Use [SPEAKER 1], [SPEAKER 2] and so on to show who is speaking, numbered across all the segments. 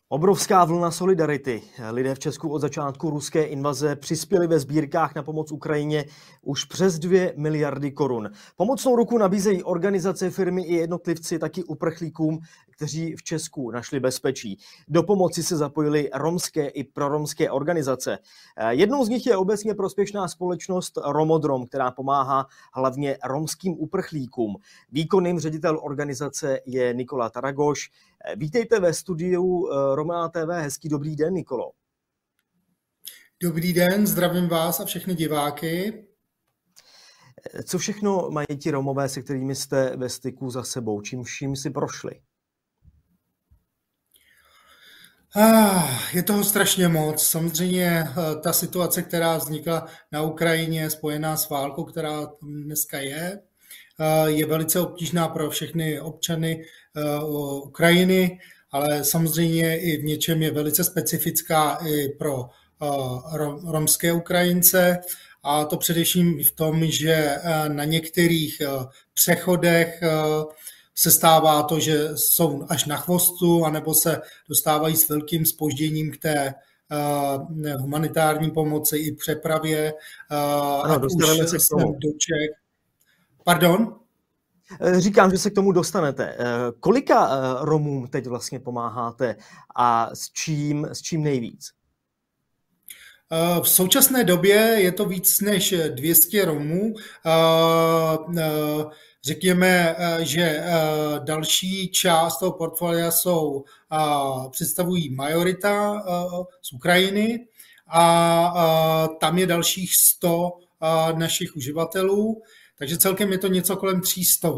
[SPEAKER 1] Obrovská vlna solidarity. Lidé v Česku od začátku ruské invaze přispěli ve sbírkách na pomoc Ukrajině už přes 2 miliardy korun. Pomocnou ruku nabízejí organizace, firmy i jednotlivci, taky uprchlíkům, kteří v Česku našli bezpečí. Do pomoci se zapojily romské i proromské organizace. Jednou z nich je obecně prospěšná společnost Romodrom, která pomáhá hlavně romským uprchlíkům. Výkonným ředitel organizace je Nikola Taragoš. Vítejte ve studiu Romana TV. Hezký dobrý den, Nikolo.
[SPEAKER 2] Dobrý den, zdravím vás a všechny diváky.
[SPEAKER 1] Co všechno mají ti Romové, se kterými jste ve styku za sebou? Čím vším si prošli?
[SPEAKER 2] Je toho strašně moc. Samozřejmě ta situace, která vznikla na Ukrajině, spojená s válkou, která tam dneska je velice obtížná pro všechny občany Ukrajiny, ale samozřejmě i v něčem je velice specifická i pro romské Ukrajince. A to především v tom, že na některých přechodech se stává to, že jsou až na chvostu, anebo se dostávají s velkým zpožděním k té humanitární pomoci i přepravě.
[SPEAKER 1] Ano, dostaneme se k tomu.
[SPEAKER 2] Do Čech. Pardon?
[SPEAKER 1] Říkám, že se k tomu dostanete. Kolika Romům teď vlastně pomáháte a s čím nejvíc?
[SPEAKER 2] V současné době je to víc než 200 Romů. Řekněme, že další část toho portfolia představují majorita z Ukrajiny a tam je dalších 100 našich uživatelů, takže celkem je to něco kolem 300.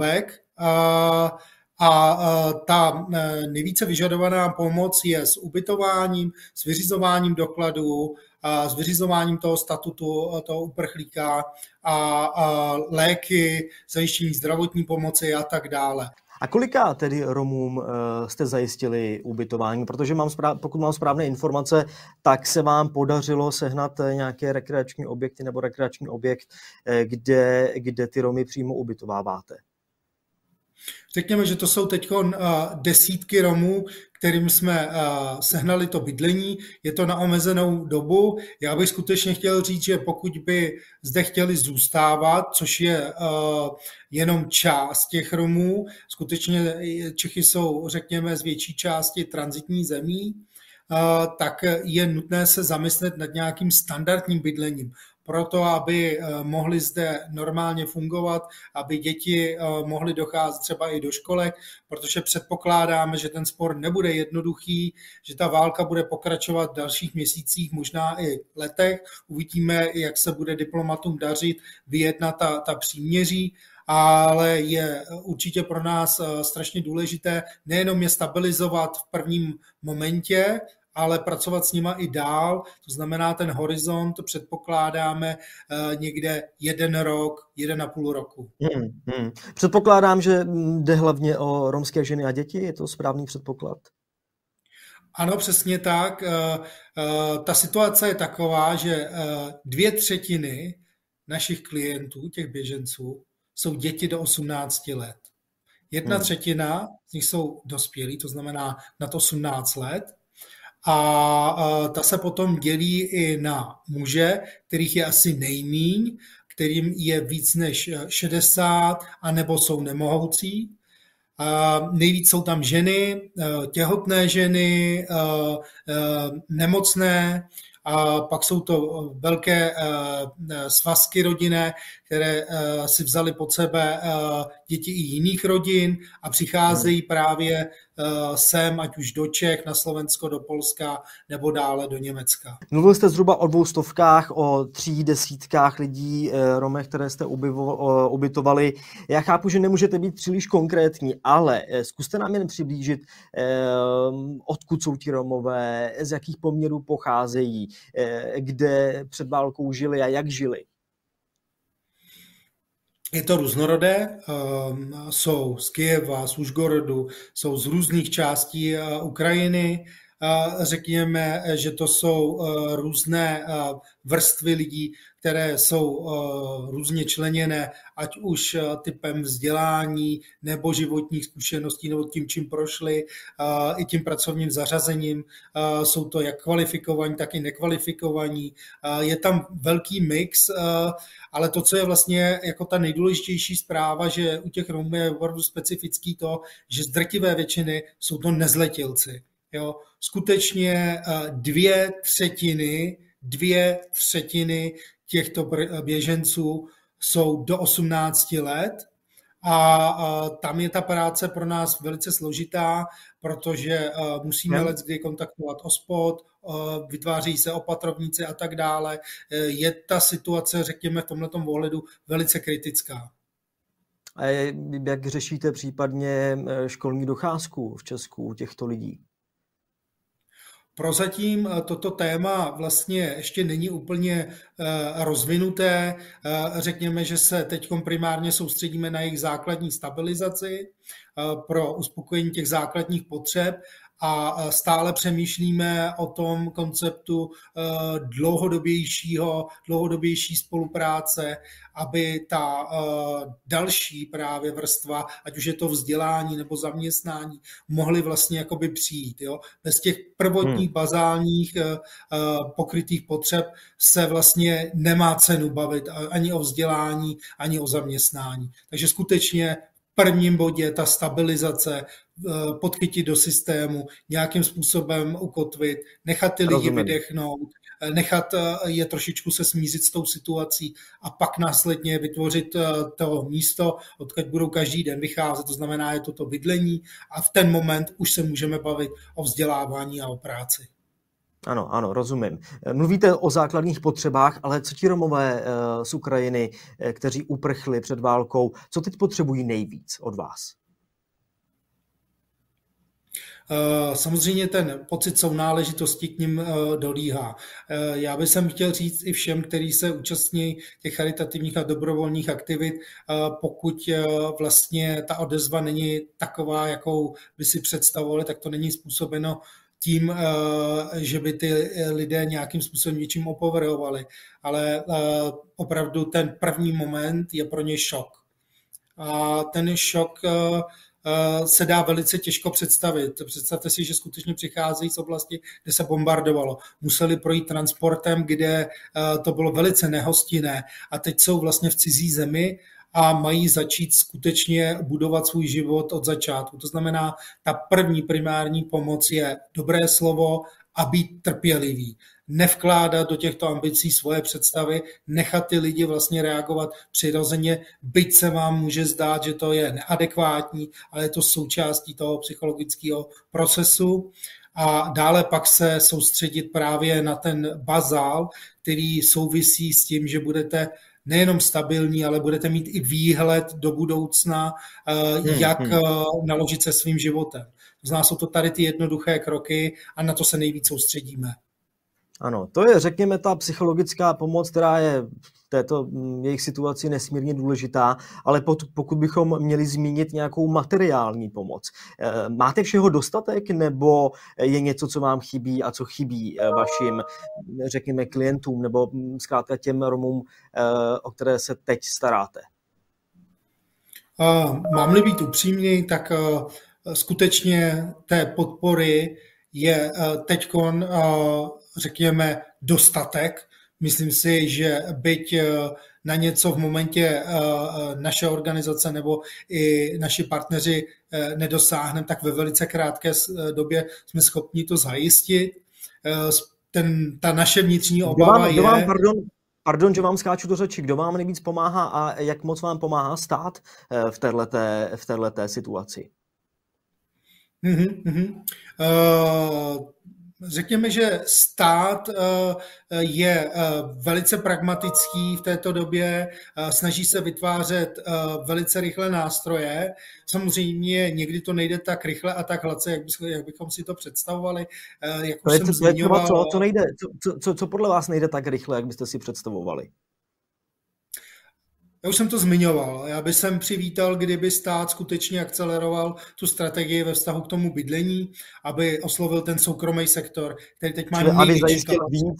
[SPEAKER 2] A ta nejvíce vyžadovaná pomoc je s ubytováním, s vyřizováním dokladů, s vyřizováním toho statutu toho uprchlíka a léky, zajištění zdravotní pomoci a tak dále.
[SPEAKER 1] A kolika tedy Romům jste zajistili ubytování? Protože pokud mám správné informace, tak se vám podařilo sehnat nějaké rekreační objekty nebo rekreační objekt, kde ty Romy přímo ubytováváte.
[SPEAKER 2] Řekněme, že to jsou teď desítky Romů, kterým jsme sehnali to bydlení. Je to na omezenou dobu. Já bych skutečně chtěl říct, že pokud by zde chtěli zůstávat, což je jenom část těch Romů, skutečně Čechy jsou, řekněme, z větší části tranzitní zemí, tak je nutné se zamyslet nad nějakým standardním bydlením. Proto, aby mohli zde normálně fungovat, aby děti mohly docházet třeba i do školek, protože předpokládáme, že ten spor nebude jednoduchý, že ta válka bude pokračovat v dalších měsících, možná i letech. Uvidíme, jak se bude diplomatům dařit vyjednat ta příměří, ale je určitě pro nás strašně důležité nejenom je stabilizovat v prvním momentě, ale pracovat s nima i dál, to znamená ten horizont předpokládáme někde 1 rok, 1,5 roku.
[SPEAKER 1] Předpokládám, že jde hlavně o romské ženy a děti, je to správný předpoklad?
[SPEAKER 2] Ano, přesně tak. Ta situace je taková, že 2/3 našich klientů, těch běženců, jsou děti do 18 let. 1/3 z nich jsou dospělí, to znamená nad 18 let. A ta se potom dělí i na muže, kterých je asi nejmíň, kterým je víc než 60, anebo jsou nemohoucí. Nejvíc jsou tam ženy, těhotné ženy, nemocné, a pak jsou to velké svazky rodinné, které si vzali pod sebe děti i jiných rodin a přicházejí právě sem, ať už do Čech, na Slovensko, do Polska nebo dále do Německa.
[SPEAKER 1] Mluvil jste zhruba o 200, o 300 lidí, Romech, které jste ubytovali. Já chápu, že nemůžete být příliš konkrétní, ale zkuste nám jen přiblížit, odkud jsou ti Romové, z jakých poměrů pocházejí, kde před válkou žili a jak žili.
[SPEAKER 2] Je to různorodé, jsou z Kyjeva, z Užgorodu, jsou z různých částí Ukrajiny řekněme, že to jsou různé vrstvy lidí, které jsou různě členěné, ať už typem vzdělání nebo životních zkušeností, nebo tím, čím prošli, i tím pracovním zařazením. Jsou to jak kvalifikovaní, tak i nekvalifikovaní. Je tam velký mix, ale to, co je vlastně jako ta nejdůležitější zpráva, že u těch Romů je opravdu specifický to, že z drtivé většiny jsou to nezletilci. Jo? Skutečně dvě třetiny těchto běženců jsou do 18 let a tam je ta práce pro nás velice složitá, protože musíme leckdy kontaktovat OSPOD, vytváří se opatrovníci a tak dále. Je ta situace, řekněme, v tomhletom ohledu velice kritická.
[SPEAKER 1] A jak řešíte případně školní docházku v Česku těchto lidí?
[SPEAKER 2] Prozatím toto téma vlastně ještě není úplně rozvinuté. Řekněme, že se teď primárně soustředíme na jejich základní stabilizaci pro uspokojení těch základních potřeb a stále přemýšlíme o tom konceptu dlouhodobější spolupráce, aby ta další právě vrstva, ať už je to vzdělání nebo zaměstnání, mohly vlastně jakoby přijít. Jo? Bez těch prvotních bazálních pokrytých potřeb se vlastně nemá cenu bavit ani o vzdělání, ani o zaměstnání. Takže skutečně v prvním bodě ta stabilizace, podchytit do systému, nějakým způsobem ukotvit, nechat ty lidi vydechnout, nechat je trošičku se smířit s tou situací a pak následně vytvořit to místo, odkud budou každý den vycházet, to znamená, je to bydlení a v ten moment už se můžeme bavit o vzdělávání a o práci.
[SPEAKER 1] Ano, rozumím. Mluvíte o základních potřebách, ale co ti Romové z Ukrajiny, kteří uprchli před válkou, co teď potřebují nejvíc od vás?
[SPEAKER 2] Samozřejmě ten pocit sounáležitosti k nim dolíhá. Já bych chtěl říct i všem, kteří se účastní těch charitativních a dobrovolných aktivit, pokud vlastně ta odezva není taková, jakou by si představovali, tak to není způsobeno tím, že by ty lidé nějakým způsobem něčím opovrhovali, ale opravdu ten první moment je pro ně šok. A ten šok se dá velice těžko představit. Představte si, že skutečně přicházejí z oblasti, kde se bombardovalo. Museli projít transportem, kde to bylo velice nehostinné a teď jsou vlastně v cizí zemi a mají začít skutečně budovat svůj život od začátku. To znamená, ta první primární pomoc je dobré slovo a být trpělivý. Nevkládat do těchto ambicí svoje představy, nechat ty lidi vlastně reagovat přirozeně, byť se vám může zdát, že to je neadekvátní, ale je to součástí toho psychologického procesu. A dále pak se soustředit právě na ten bazál, který souvisí s tím, že budete nejenom stabilní, ale budete mít i výhled do budoucna, jak naložit se svým životem. To znamená, jsou to tady ty jednoduché kroky a na to se nejvíc soustředíme.
[SPEAKER 1] Ano, to je, řekněme, ta psychologická pomoc, která je v této jejich situaci nesmírně důležitá, ale pokud bychom měli zmínit nějakou materiální pomoc, máte všeho dostatek, nebo je něco, co vám chybí a co chybí vašim, řekněme, klientům, nebo zkrátka těm Romům, o které se teď staráte?
[SPEAKER 2] Mám-li být upřímný, tak skutečně té podpory je teďkon, řekněme, dostatek. Myslím si, že byť na něco v momentě naše organizace nebo i naši partneři nedosáhneme, tak ve velice krátké době jsme schopni to zajistit. Ta naše vnitřní obava je...
[SPEAKER 1] Pardon, že vám skáču do řeči. Kdo vám nejvíc pomáhá a jak moc vám pomáhá stát v téhleté situaci?
[SPEAKER 2] Řekněme, že stát je velice pragmatický v této době, snaží se vytvářet velice rychlé nástroje. Samozřejmě někdy to nejde tak rychle a tak hladce, jak bychom si to představovali. Jak už jsem zmiňoval,
[SPEAKER 1] co podle vás nejde tak rychle, jak byste si představovali?
[SPEAKER 2] Já už jsem to zmiňoval. Já bych sem přivítal, kdyby stát skutečně akceleroval tu strategii ve vztahu k tomu bydlení, aby oslovil ten soukromý sektor, který teď má
[SPEAKER 1] Čili aby
[SPEAKER 2] největší
[SPEAKER 1] zajistil
[SPEAKER 2] kapacitu.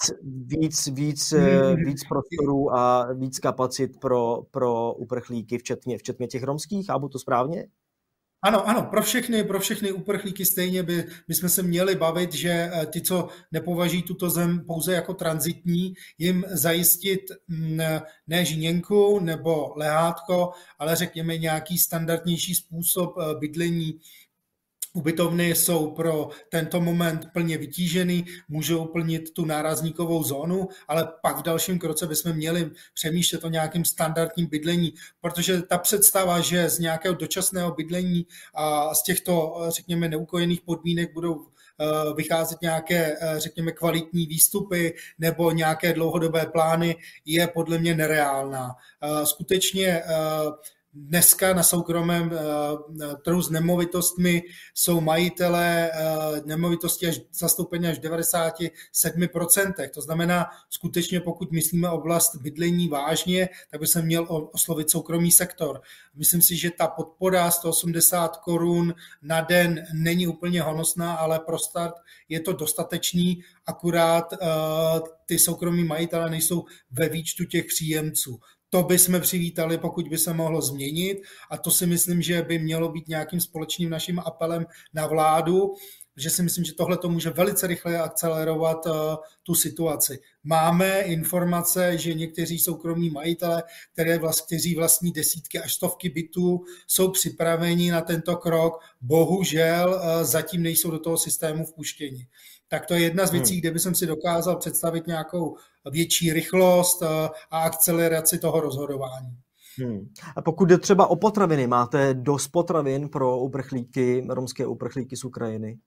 [SPEAKER 1] víc prostorů a víc kapacit pro uprchlíky, včetně těch romských, chápu to správně?
[SPEAKER 2] Ano, pro všechny uprchlíky stejně bychom se měli bavit, že ty, co nepovažují tuto zem pouze jako tranzitní, jim zajistit ne žíněnku nebo lehátko, ale řekněme nějaký standardnější způsob bydlení. Ubytovny jsou pro tento moment plně vytížený, můžou plnit tu nárazníkovou zónu, ale pak v dalším kroce bychom měli přemýšlet o nějakém standardním bydlení, protože ta představa, že z nějakého dočasného bydlení a z těchto, řekněme, neukojených podmínek budou vycházet nějaké, řekněme, kvalitní výstupy nebo nějaké dlouhodobé plány, je podle mě nereálná. Skutečně dneska na soukromém trhu s nemovitostmi jsou majitelé nemovitosti zastoupeni až v 97%. To znamená, skutečně pokud myslíme oblast bydlení vážně, tak by se měl oslovit soukromý sektor. Myslím si, že ta podpora 180 korun na den není úplně honosná, ale pro start je to dostatečný, akurát ty soukromí majitelé nejsou ve výčtu těch příjemců. To bychom přivítali, pokud by se mohlo změnit, a to si myslím, že by mělo být nějakým společným naším apelem na vládu, že si myslím, že tohle to může velice rychle akcelerovat tu situaci. Máme informace, že někteří soukromí majitelé, kteří vlastní desítky až stovky bytů, jsou připraveni na tento krok. Bohužel zatím nejsou do toho systému vpuštěni. Tak to je jedna z věcí, kde bych si dokázal představit nějakou větší rychlost a akceleraci toho rozhodování.
[SPEAKER 1] A pokud jde třeba o potraviny, máte dost potravin pro uprchlíky, romské uprchlíky z Ukrajiny?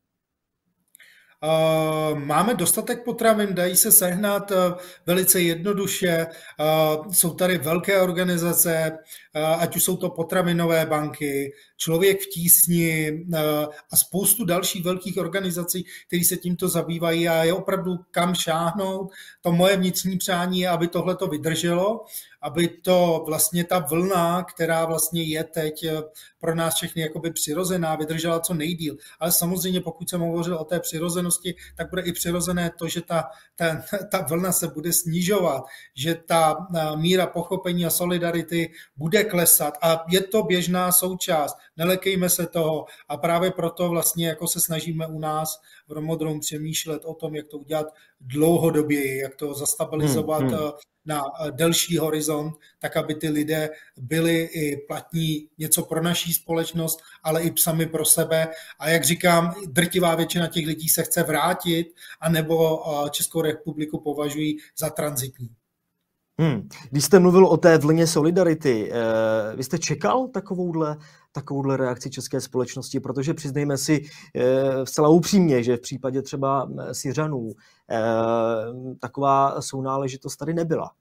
[SPEAKER 2] Máme dostatek potravin, dají se sehnat velice jednoduše. Jsou tady velké organizace, ať už jsou to potravinové banky, Člověk v tísni a spoustu dalších velkých organizací, které se tímto zabývají a je opravdu kam šáhnout. To moje vnitřní přání je, aby tohle to vydrželo, aby to vlastně ta vlna, která vlastně je teď pro nás všechny jakoby přirozená, vydržela co nejdýl. Ale samozřejmě, pokud jsem hovořil o té přirozenosti, tak bude i přirozené to, že ta vlna se bude snižovat, že ta míra pochopení a solidarity bude klesat a je to běžná součást. Nelekejme se toho a právě proto vlastně jako se snažíme u nás v Romodromu přemýšlet o tom, jak to udělat dlouhodoběji, jak to zastabilizovat na delší horizont, tak aby ty lidé byli i platní něco pro naší společnost, ale i sami pro sebe. A jak říkám, drtivá většina těch lidí se chce vrátit, anebo Českou republiku považují za tranzitní.
[SPEAKER 1] Když jste mluvil o té vlně solidarity, vy jste čekal takovouhle reakci české společnosti, protože přiznejme si zcela upřímně, že v případě třeba Syřanů taková sounáležitost tady nebyla.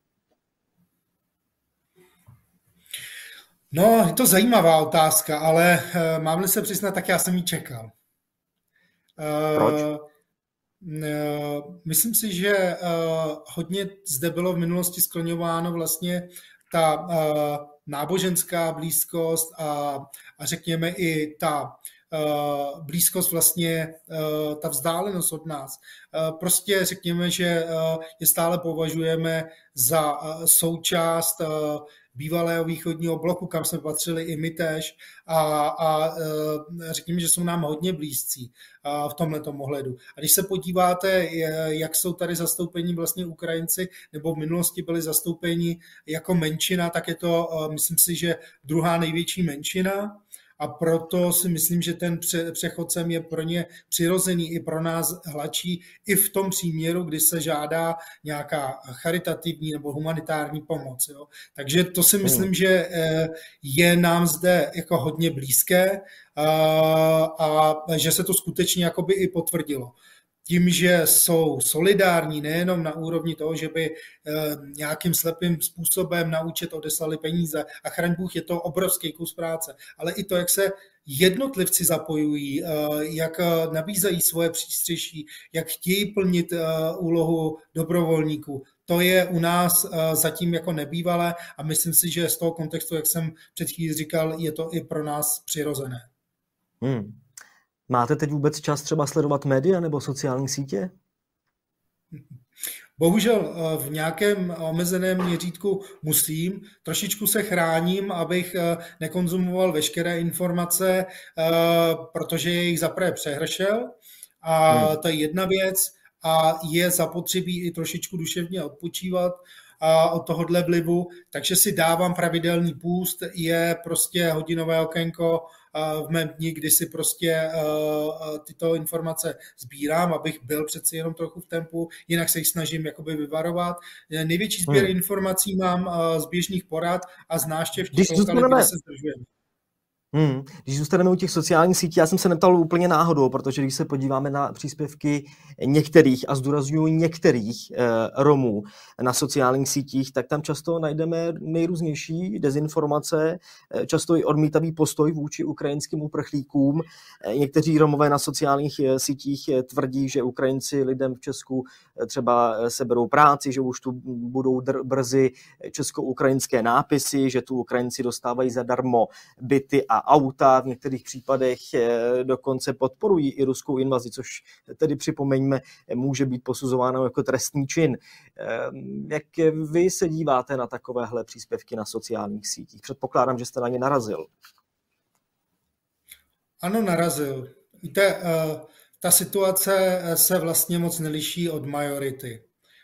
[SPEAKER 2] No, je to zajímavá otázka, ale mám-li se přiznat, tak já jsem ji čekal.
[SPEAKER 1] Proč?
[SPEAKER 2] Myslím si, že hodně zde bylo v minulosti skloňováno vlastně ta náboženská blízkost a řekněme i ta blízkost vlastně, ta vzdálenost od nás. Prostě řekněme, že je stále považujeme za součást bývalého východního bloku, kam jsme patřili i my též a řekněme, že jsou nám hodně blízcí v tomhletom ohledu. A když se podíváte, jak jsou tady zastoupení vlastně Ukrajinci, nebo v minulosti byli zastoupeni jako menšina, tak je to, myslím si, že druhá největší menšina. A proto si myslím, že ten přechod sem je pro ně přirozený i pro nás hladší, i v tom příměru, kdy se žádá nějaká charitativní nebo humanitární pomoc. Jo. Takže to si myslím, že je nám zde jako hodně blízké a že se to skutečně jakoby i potvrdilo. Tím, že jsou solidární nejenom na úrovni toho, že by nějakým slepým způsobem na účet odeslali peníze a chraň Bůh, je to obrovský kus práce, ale i to, jak se jednotlivci zapojují, jak nabízejí svoje přístřeší, jak chtějí plnit úlohu dobrovolníků, to je u nás zatím jako nebývalé a myslím si, že z toho kontextu, jak jsem před chvílí říkal, je to i pro nás přirozené.
[SPEAKER 1] Máte teď vůbec čas třeba sledovat média nebo sociální sítě?
[SPEAKER 2] Bohužel v nějakém omezeném měřítku musím. Trošičku se chráním, abych nekonzumoval veškeré informace, protože je jich zaprvé přehršel. A to je jedna věc. A je zapotřebí i trošičku duševně odpočívat od tohohle vlivu. Takže si dávám pravidelný půst. Je prostě hodinové okénko v mém dni, kdy si prostě tyto informace sbírám, abych byl přeci jenom trochu v tempu, jinak se jich snažím jakoby vyvarovat. Největší sběr informací mám z běžných porad a z návštěv těch lokalit, kde se zdržujeme.
[SPEAKER 1] Když zůstaneme u těch sociálních sítí, já jsem se neptal úplně náhodou, protože když se podíváme na příspěvky některých, a zdůrazňuji některých Romů na sociálních sítích, tak tam často najdeme nejrůznější dezinformace, často i odmítavý postoj vůči ukrajinským uprchlíkům. Někteří Romové na sociálních sítích tvrdí, že Ukrajinci lidem v Česku třeba seberou práci, že už tu budou brzy česko-ukrajinské nápisy, že tu Ukrajinci dostávají zadarmo byty a auta, v některých případech dokonce podporují i ruskou invazi, což tedy připomeňme, může být posuzováno jako trestný čin. Jak vy se díváte na takovéhle příspěvky na sociálních sítích? Předpokládám, že jste na ně narazil.
[SPEAKER 2] Ano, narazil. Víte, ta situace se vlastně moc neliší od majority.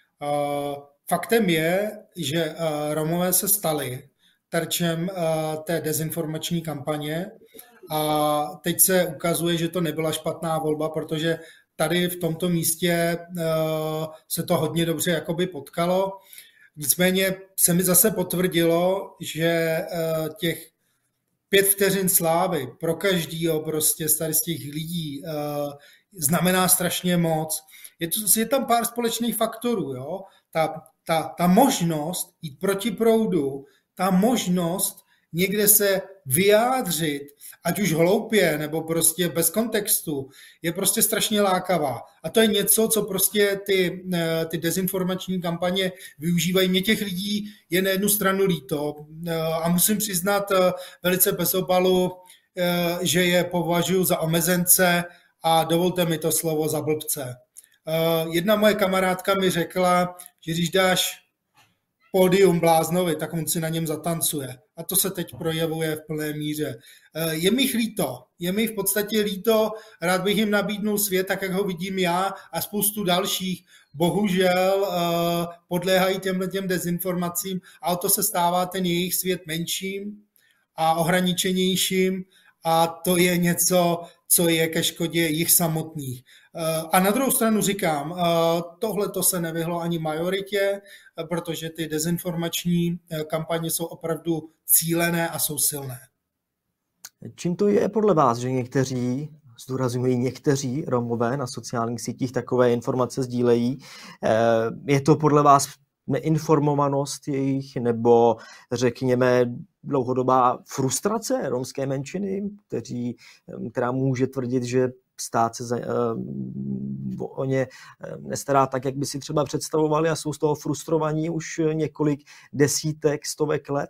[SPEAKER 2] Faktem je, že Romové se stali terčem té dezinformační kampaně a teď se ukazuje, že to nebyla špatná volba, protože tady v tomto místě se to hodně dobře jakoby potkalo. Nicméně se mi zase potvrdilo, že těch 5 vteřin slávy pro každýho prostě z těch lidí znamená strašně moc. Je tam pár společných faktorů. Jo? Ta možnost jít proti proudu, ta možnost někde se vyjádřit, ať už hloupě nebo prostě bez kontextu, je prostě strašně lákavá. A to je něco, co prostě ty dezinformační kampaně využívají. Mě těch lidí je na jednu stranu líto a musím přiznat velice bez obalu, že je považuji za omezence a dovolte mi to slovo za blbce. Jedna moje kamarádka mi řekla, že když dáš pódium bláznovi, tak on si na něm zatancuje. A to se teď projevuje v plné míře. Je mi líto. Je mi v podstatě líto, rád bych jim nabídnul svět, tak jak ho vidím já a spoustu dalších. Bohužel podléhají těm dezinformacím a o to se stává ten jejich svět menším a ohraničenějším a to je něco, co je ke škodě jich samotných. A na druhou stranu říkám, tohle to se nevyhlo ani majoritě, protože ty dezinformační kampaně jsou opravdu cílené a jsou silné.
[SPEAKER 1] Čím to je podle vás, že někteří, zdůrazňují někteří Romové na sociálních sítích takové informace sdílejí? Je to podle vás neinformovanost jejich nebo řekněme dlouhodobá frustrace romské menšiny, která může tvrdit, že stát se o ně nestará tak, jak by si třeba představovali a jsou z toho frustrovaní už několik desítek, stovek let?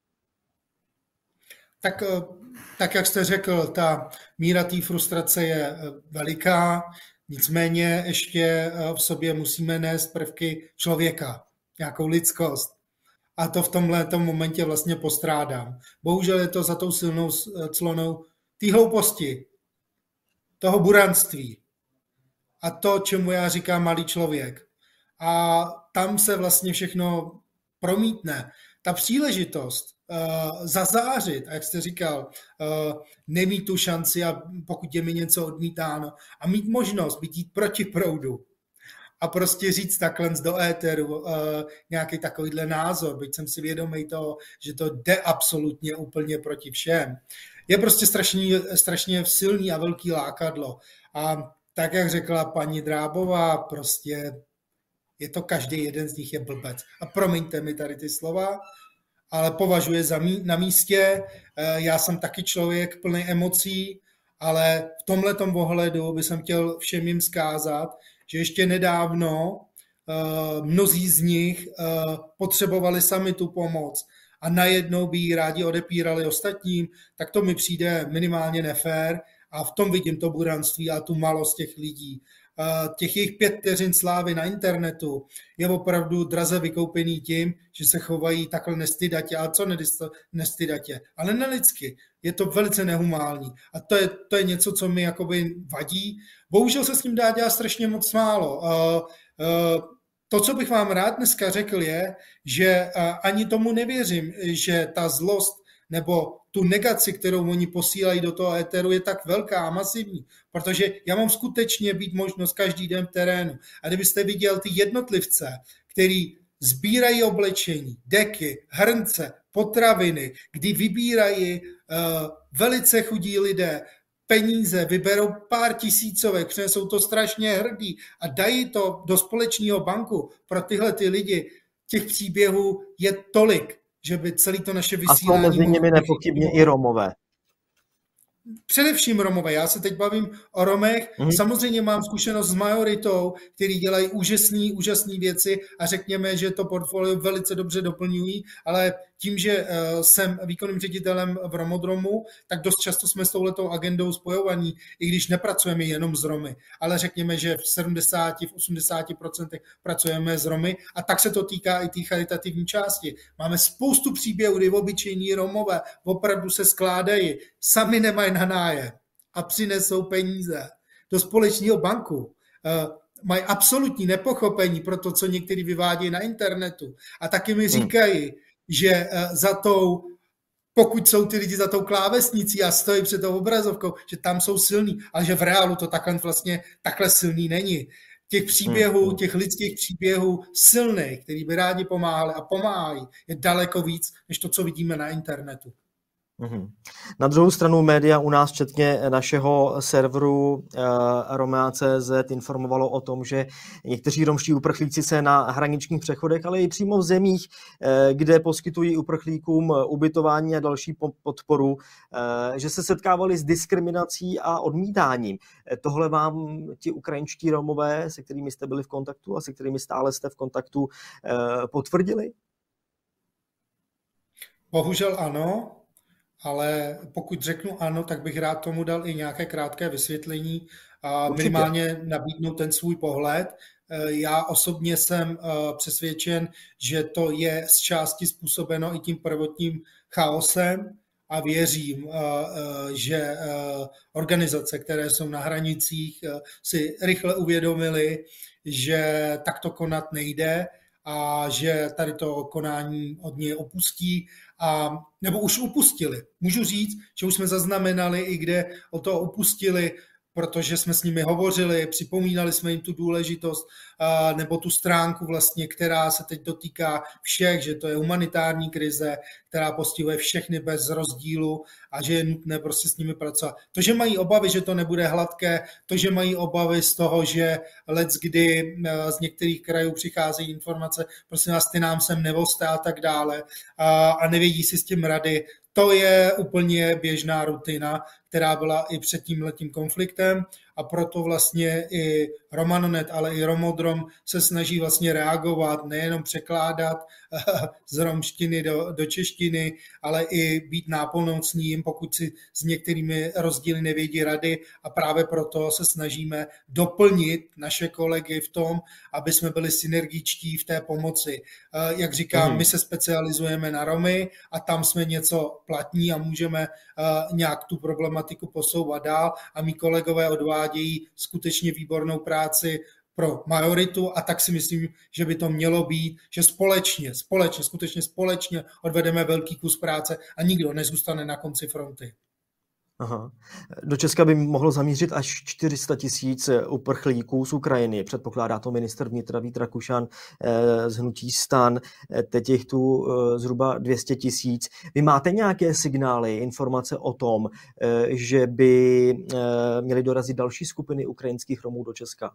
[SPEAKER 2] Tak jak jste řekl, ta míra té frustrace je veliká, nicméně ještě v sobě musíme nést prvky člověka, nějakou lidskost. A to v tomhletom momentě vlastně postrádám. Bohužel je to za tou silnou clonou té hlouposti, toho buranství a to, čemu já říkám malý člověk. A tam se vlastně všechno promítne. Ta příležitost zazářit, a jak jste říkal, nemít tu šanci, a pokud je mi něco odmítáno, a mít možnost být proti proudu a prostě říct takhle do éteru nějaký takovýhle názor, byť jsem si vědomý toho, že to jde absolutně úplně proti všem. Je prostě strašně silný a velký lákadlo. A tak, jak řekla paní Drábová, prostě je to každý jeden z nich je blbec. A promiňte mi tady ty slova, ale považuje na místě. Já jsem taky člověk plný emocí, ale v tomhletom ohledu bych chtěl všem jim vzkázat, že ještě nedávno mnozí z nich potřebovali sami tu pomoc a najednou by ji rádi odepírali ostatním, tak to mi přijde minimálně nefér a v tom vidím to buranství a tu malost těch lidí. Těch jejich 5 vteřin slávy na internetu je opravdu draze vykoupený tím, že se chovají takhle nestydatě. A co nestydatě? Ale nelidsky. Je to velice nehumální. A to je něco, co mi jakoby vadí. Bohužel se s tím dá dělat strašně moc málo. To, co bych vám rád dneska řekl, je, že ani tomu nevěřím, že ta zlost nebo tu negaci, kterou oni posílají do toho éteru, je tak velká a masivní, protože já mám skutečně být možnost každý den v terénu. A kdybyste viděl ty jednotlivce, který sbírají oblečení, deky, hrnce, potraviny, kdy vybírají velice chudí lidé peníze, vyberou pár tisícovek, protože jsou to strašně hrdí a dají to do společného banku pro tyhle ty lidi, těch příběhů je tolik, že by celý to naše vysílání...
[SPEAKER 1] A jsou mezi nimi nepochybně i Romové.
[SPEAKER 2] Především Romové. Já se teď bavím o Romech. Samozřejmě mám zkušenost s majoritou, který dělají úžasné věci a řekněme, že to portfolio velice dobře doplňují, ale tím, že jsem výkonným ředitelem v Romodromu, tak dost často jsme s touhletou agendou spojovaní, i když nepracujeme jenom s Romy, ale řekněme, že v 80% pracujeme s Romy a tak se to týká i té charitativní části. Máme spoustu příběhů, kdy obyčejní Romové opravdu se skládají, sami nemají na nájem a přinesou peníze do společného banku. Mají absolutní nepochopení pro to, co někteří vyvádějí na internetu a taky mi říkají, že pokud jsou ty lidi za tou klávesnicí a stojí před tou obrazovkou, že tam jsou silní, ale že v reálu to takhle silný není. Těch příběhů, těch lidských příběhů silných, který by rádi pomáhali a pomáhají, je daleko víc, než to, co vidíme na internetu.
[SPEAKER 1] Na druhou stranu média u nás, včetně našeho serveru Romea.cz, informovalo o tom, že někteří romští uprchlíci se na hraničních přechodech, ale i přímo v zemích, kde poskytují uprchlíkům ubytování a další podporu, že se setkávali s diskriminací a odmítáním. Tohle vám ti ukrajinští Romové, se kterými jste byli v kontaktu a se kterými stále jste v kontaktu, potvrdili?
[SPEAKER 2] Bohužel ano. Ale pokud řeknu ano, tak bych rád tomu dal i nějaké krátké vysvětlení a minimálně nabídnout ten svůj pohled. Já osobně jsem přesvědčen, že to je z části způsobeno i tím prvotním chaosem a věřím, že organizace, které jsou na hranicích, si rychle uvědomily, že takto konat nejde a že tady to konání od něj opustí, nebo už upustili. Můžu říct, že už jsme zaznamenali i kde o to opustili, protože jsme s nimi hovořili, připomínali jsme jim tu důležitost nebo tu stránku vlastně, která se teď dotýká všech, že to je humanitární krize, která postihuje všechny bez rozdílu a že je nutné prostě s nimi pracovat. To, že mají obavy, že to nebude hladké, to, že mají obavy z toho, že leckdy z některých krajů přicházejí informace, prosím vás, ty nám sem nevozte a tak dále a nevědí si s tím rady, to je úplně běžná rutina, která byla i před tímhletím konfliktem a proto vlastně i Romanonet, ale i Romodrom se snaží vlastně reagovat, nejenom překládat z romštiny do češtiny, ale i být nápomocným, pokud si s některými rozdíly nevědí rady a právě proto se snažíme doplnit naše kolegy v tom, aby jsme byli synergičtí v té pomoci. Jak říkám, my se specializujeme na Romy a tam jsme něco platní a můžeme nějak tu problematiku posouvat dál a mí kolegové odvádějí skutečně výbornou práci pro majoritu a tak si myslím, že by to mělo být, že skutečně společně odvedeme velký kus práce a nikdo nezůstane na konci fronty.
[SPEAKER 1] Aha. Do Česka by mohlo zamířit až 400 000 uprchlíků z Ukrajiny. Předpokládá to ministr vnitra Vít Rakušan z hnutí STAN. Teď je tu zhruba 200 000. Vy máte nějaké signály, informace o tom, že by měly dorazit další skupiny ukrajinských Romů do Česka?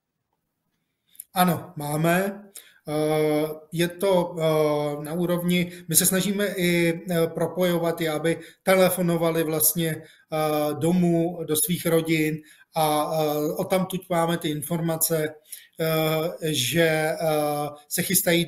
[SPEAKER 2] Ano, máme. Je to na úrovni, my se snažíme i propojovat, aby telefonovali vlastně domů do svých rodin a odtamtud máme ty informace, že se chystají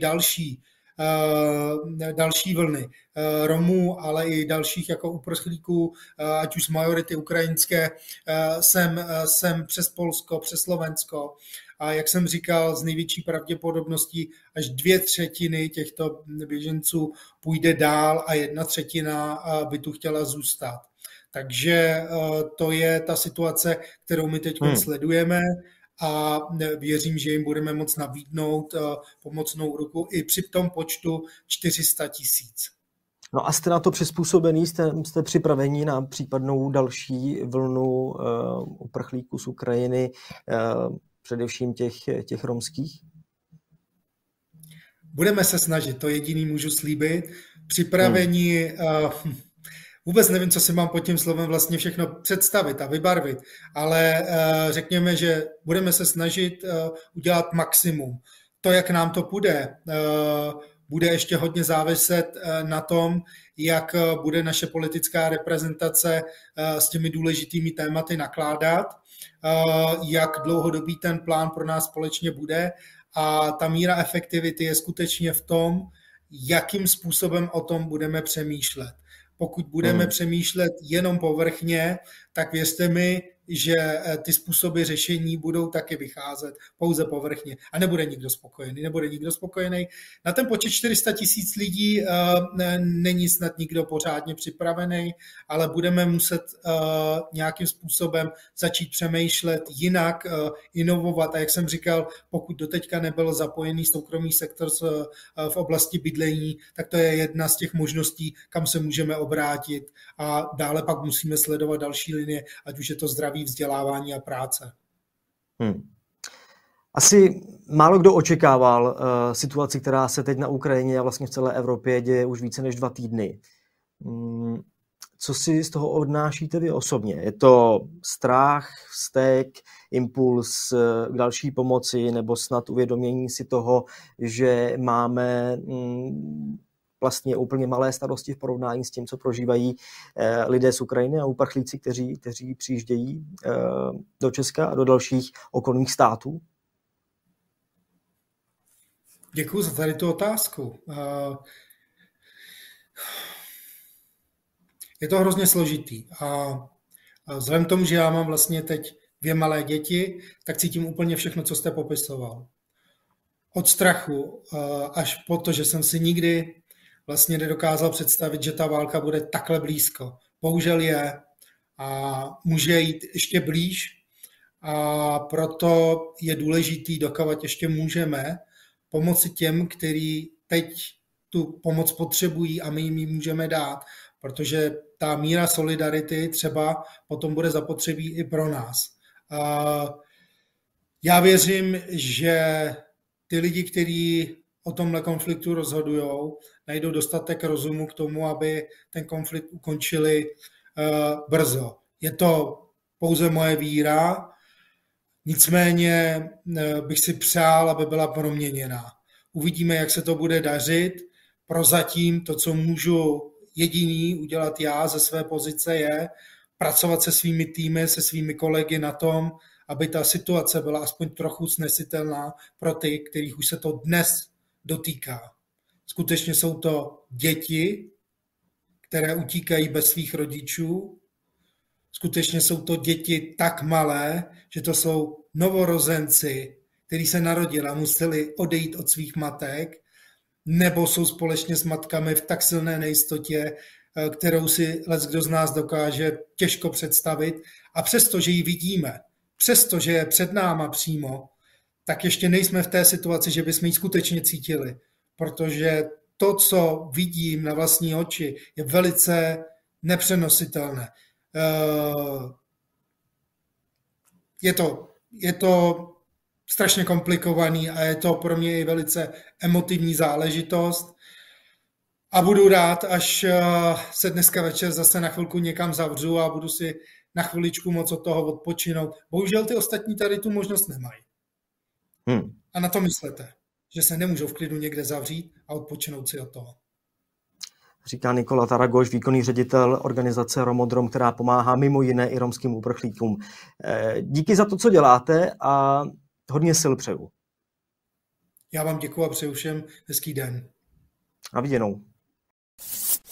[SPEAKER 2] další vlny Romů, ale i dalších jako uprchlíků, ať už z majority ukrajinské, sem přes Polsko, přes Slovensko. A jak jsem říkal, z největší pravděpodobností až 2/3 těchto běženců půjde dál a 1/3 by tu chtěla zůstat. Takže to je ta situace, kterou my teď sledujeme a věřím, že jim budeme moct nabídnout pomocnou ruku i při tom počtu 400 000.
[SPEAKER 1] No a jste na to přizpůsobený, jste připraveni na případnou další vlnu uprchlíků z Ukrajiny, především těch romských?
[SPEAKER 2] Budeme se snažit, to jediný můžu slíbit. Připraveni, vůbec nevím, co si mám pod tím slovem vlastně všechno představit a vybarvit, ale řekněme, že budeme se snažit udělat maximum. To, jak nám to půjde, bude ještě hodně záviset na tom, jak bude naše politická reprezentace s těmi důležitými tématy nakládat, jak dlouhodobý ten plán pro nás společně bude a ta míra efektivity je skutečně v tom, jakým způsobem o tom budeme přemýšlet. Pokud budeme přemýšlet jenom povrchně, tak věřte mi, že ty způsoby řešení budou taky vycházet pouze povrchně a nebude nikdo spokojený. Na ten počet 400 000 lidí není snad nikdo pořádně připravený, ale budeme muset nějakým způsobem začít přemýšlet jinak, inovovat. A jak jsem říkal, pokud doteďka nebyl zapojený soukromý sektor v oblasti bydlení, tak to je jedna z těch možností, kam se můžeme obrátit a dále pak musíme sledovat další linie, ať už je to zdraví, vzdělávání a práce.
[SPEAKER 1] Asi málo kdo očekával situaci, která se teď na Ukrajině a vlastně v celé Evropě děje už více než 2 týdny. Co si z toho odnášíte vy osobně? Je to strach, vztek, impuls k další pomoci nebo snad uvědomění si toho, že máme vlastně úplně malé starosti v porovnání s tím, co prožívají lidé z Ukrajiny a uprchlíci, kteří přijíždějí do Česka a do dalších okolních států?
[SPEAKER 2] Děkuji za tady tu otázku. Je to hrozně složitý a vzhledem k tomu, že já mám vlastně teď 2 malé děti, tak cítím úplně všechno, co jste popisoval. Od strachu až po to, že jsem si nikdy vlastně nedokázal představit, že ta válka bude takhle blízko. Bohužel je a může jít ještě blíž a proto je důležitý, dokud ještě můžeme, pomoci těm, kteří teď tu pomoc potřebují a my jim ji můžeme dát, protože ta míra solidarity třeba potom bude zapotřebí i pro nás. Já věřím, že ty lidi, kteří o tomhle konfliktu rozhodujou, najdou dostatek rozumu k tomu, aby ten konflikt ukončili brzo. Je to pouze moje víra, nicméně bych si přál, aby byla proměněná. Uvidíme, jak se to bude dařit. Prozatím to, co můžu jediný udělat já ze své pozice, je pracovat se svými týmy, se svými kolegy na tom, aby ta situace byla aspoň trochu snesitelná pro ty, kterých už se to dnes dotýká. Skutečně jsou to děti, které utíkají bez svých rodičů. Skutečně jsou to děti tak malé, že to jsou novorozenci, kteří se narodili a museli odejít od svých matek, nebo jsou společně s matkami v tak silné nejistotě, kterou si leckdo z nás dokáže těžko představit. A přesto, že ji vidíme, přesto, že je před náma přímo, tak ještě nejsme v té situaci, že bychom ji skutečně cítili. Protože to, co vidím na vlastní oči, je velice nepřenositelné. Je to strašně komplikovaný a je to pro mě i velice emotivní záležitost. A budu rád, až se dneska večer zase na chvilku někam zavřu a budu si na chviličku moc od toho odpočinout. Bohužel ty ostatní tady tu možnost nemají. A na to myslete, že se nemůžou v klidu někde zavřít a odpočinout si od toho.
[SPEAKER 1] říká Nikola Taragoš, výkonný ředitel organizace Romodrom, která pomáhá mimo jiné i romským uprchlíkům. Díky za to, co děláte a hodně sil přeju.
[SPEAKER 2] Já vám děkuji a přeju všem hezký den.
[SPEAKER 1] Na viděnou.